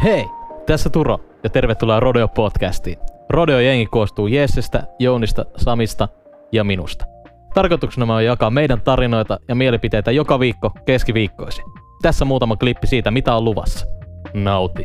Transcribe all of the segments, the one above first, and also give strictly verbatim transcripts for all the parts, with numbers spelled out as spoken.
Hei, tässä Turo ja tervetuloa Rodeo-podcastiin. Rodeo-jengi koostuu Jessestä, Jounista, Samista ja minusta. Tarkoituksena on jakaa meidän tarinoita ja mielipiteitä joka viikko keskiviikkoisin. Tässä muutama klippi siitä, mitä on luvassa. Nauti.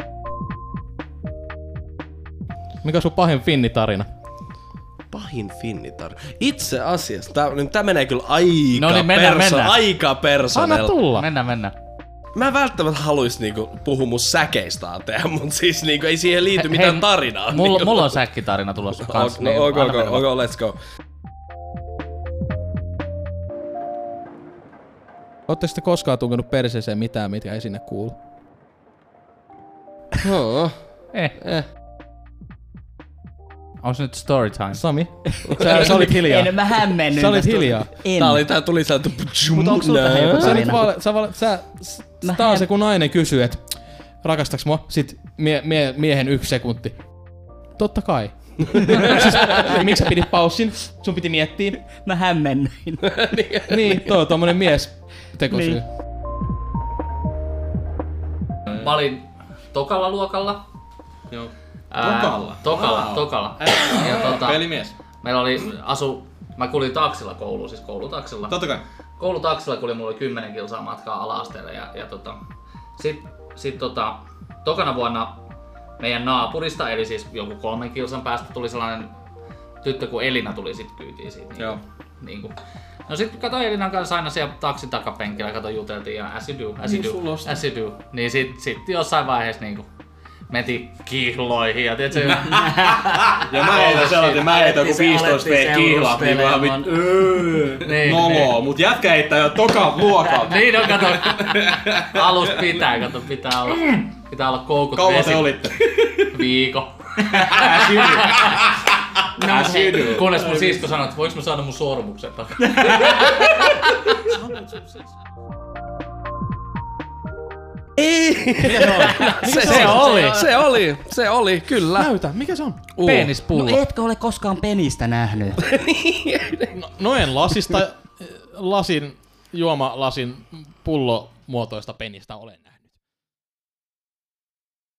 Mikä on sun pahin finnitarina? Pahin finnitarina? Itse asiassa, tää, tää menee kyllä aika no niin, mennään, perso- mennään. aika personella. Anna tulla. Mennään, mennään. Mä en välttämättä haluis niinku puhua mun säkeistä tehdä, mut siis niinku ei siihen liity mitään Hei, tarinaa. Mulla, niinku. mulla on säkkitarina tulossa kanssa. No, niin ok, anna ok, mennä ok, vaan. let's go. Ootteko sitten koskaan tunkenut perseeseen mitään, mitkä ei sinne kuulu? No. Eh. Eh. On se nyt story time? Sami? Sä, sä olit hiljaa. En mä hämmennyn. Sä olit tästä. hiljaa. En. Tää oli, tää tuli sieltä. Mut onks sulta helppo Sä, nyt tarina? vale, sä, vale, sä, Mä tää on hän- se, kun nainen kysyy, että rakastaks mua? Sit mie, mie, miehen yksi sekunti. Totta kai. siis, miksi sä pidit paussin? Sun piti miettiä. Mä hämmennyin. Niin, toi on tommonen mies tekosyy. Niin. Mä olin tokalla luokalla. Joo. Ää, Tokalla? Tokalla, Wow. tokalla. Ja tota, Pelimies. meillä oli asu... Mä kulin taksilla kouluun, siis koulutaksilla. Totta kai. Koulutaksilla kulin, mulla oli kymmenen kilsaa matkaa ala-asteelle ja, ja tota... Sit, sit tota... Tokana vuonna meidän naapurista, eli siis joku kolmen kilsan päästä tuli sellainen tyttö, kun Elina tuli sit kyytiin siitä. Niin, Joo. Niin kuin. No sit katsoin Elinan kanssa aina siellä taksin takapenkillä, katsoin juteltiin ja as you do, as you Niin, do, sulla on- as you do. Niin sit, sit jossain vaiheessa niinku mentiin kihloihin ja tiiätkö... Ja mä heitän sellainen, mä heitän joku viisitoista V kihlat, niin vähän vittu. Niin, Noloo, mut jätkä heittää jo toka luokalta. Niin on, kato. Alusta pitää, kato, pitää olla, pitää olla koukut Kauan vesi. te olitte? Viikon. As you do. As you do. Kunnes mun sisko sanoi, että voiks mä saada mun sormuksen takaa. Ei! Se, se oli. Se oli, se oli, kyllä. Näytä, mikä se on? Uh. Peenispullo. No etkö ole koskaan penistä nähnyt? No, noen lasista, lasin, juomalasin pullomuotoista penistä olen nähnyt.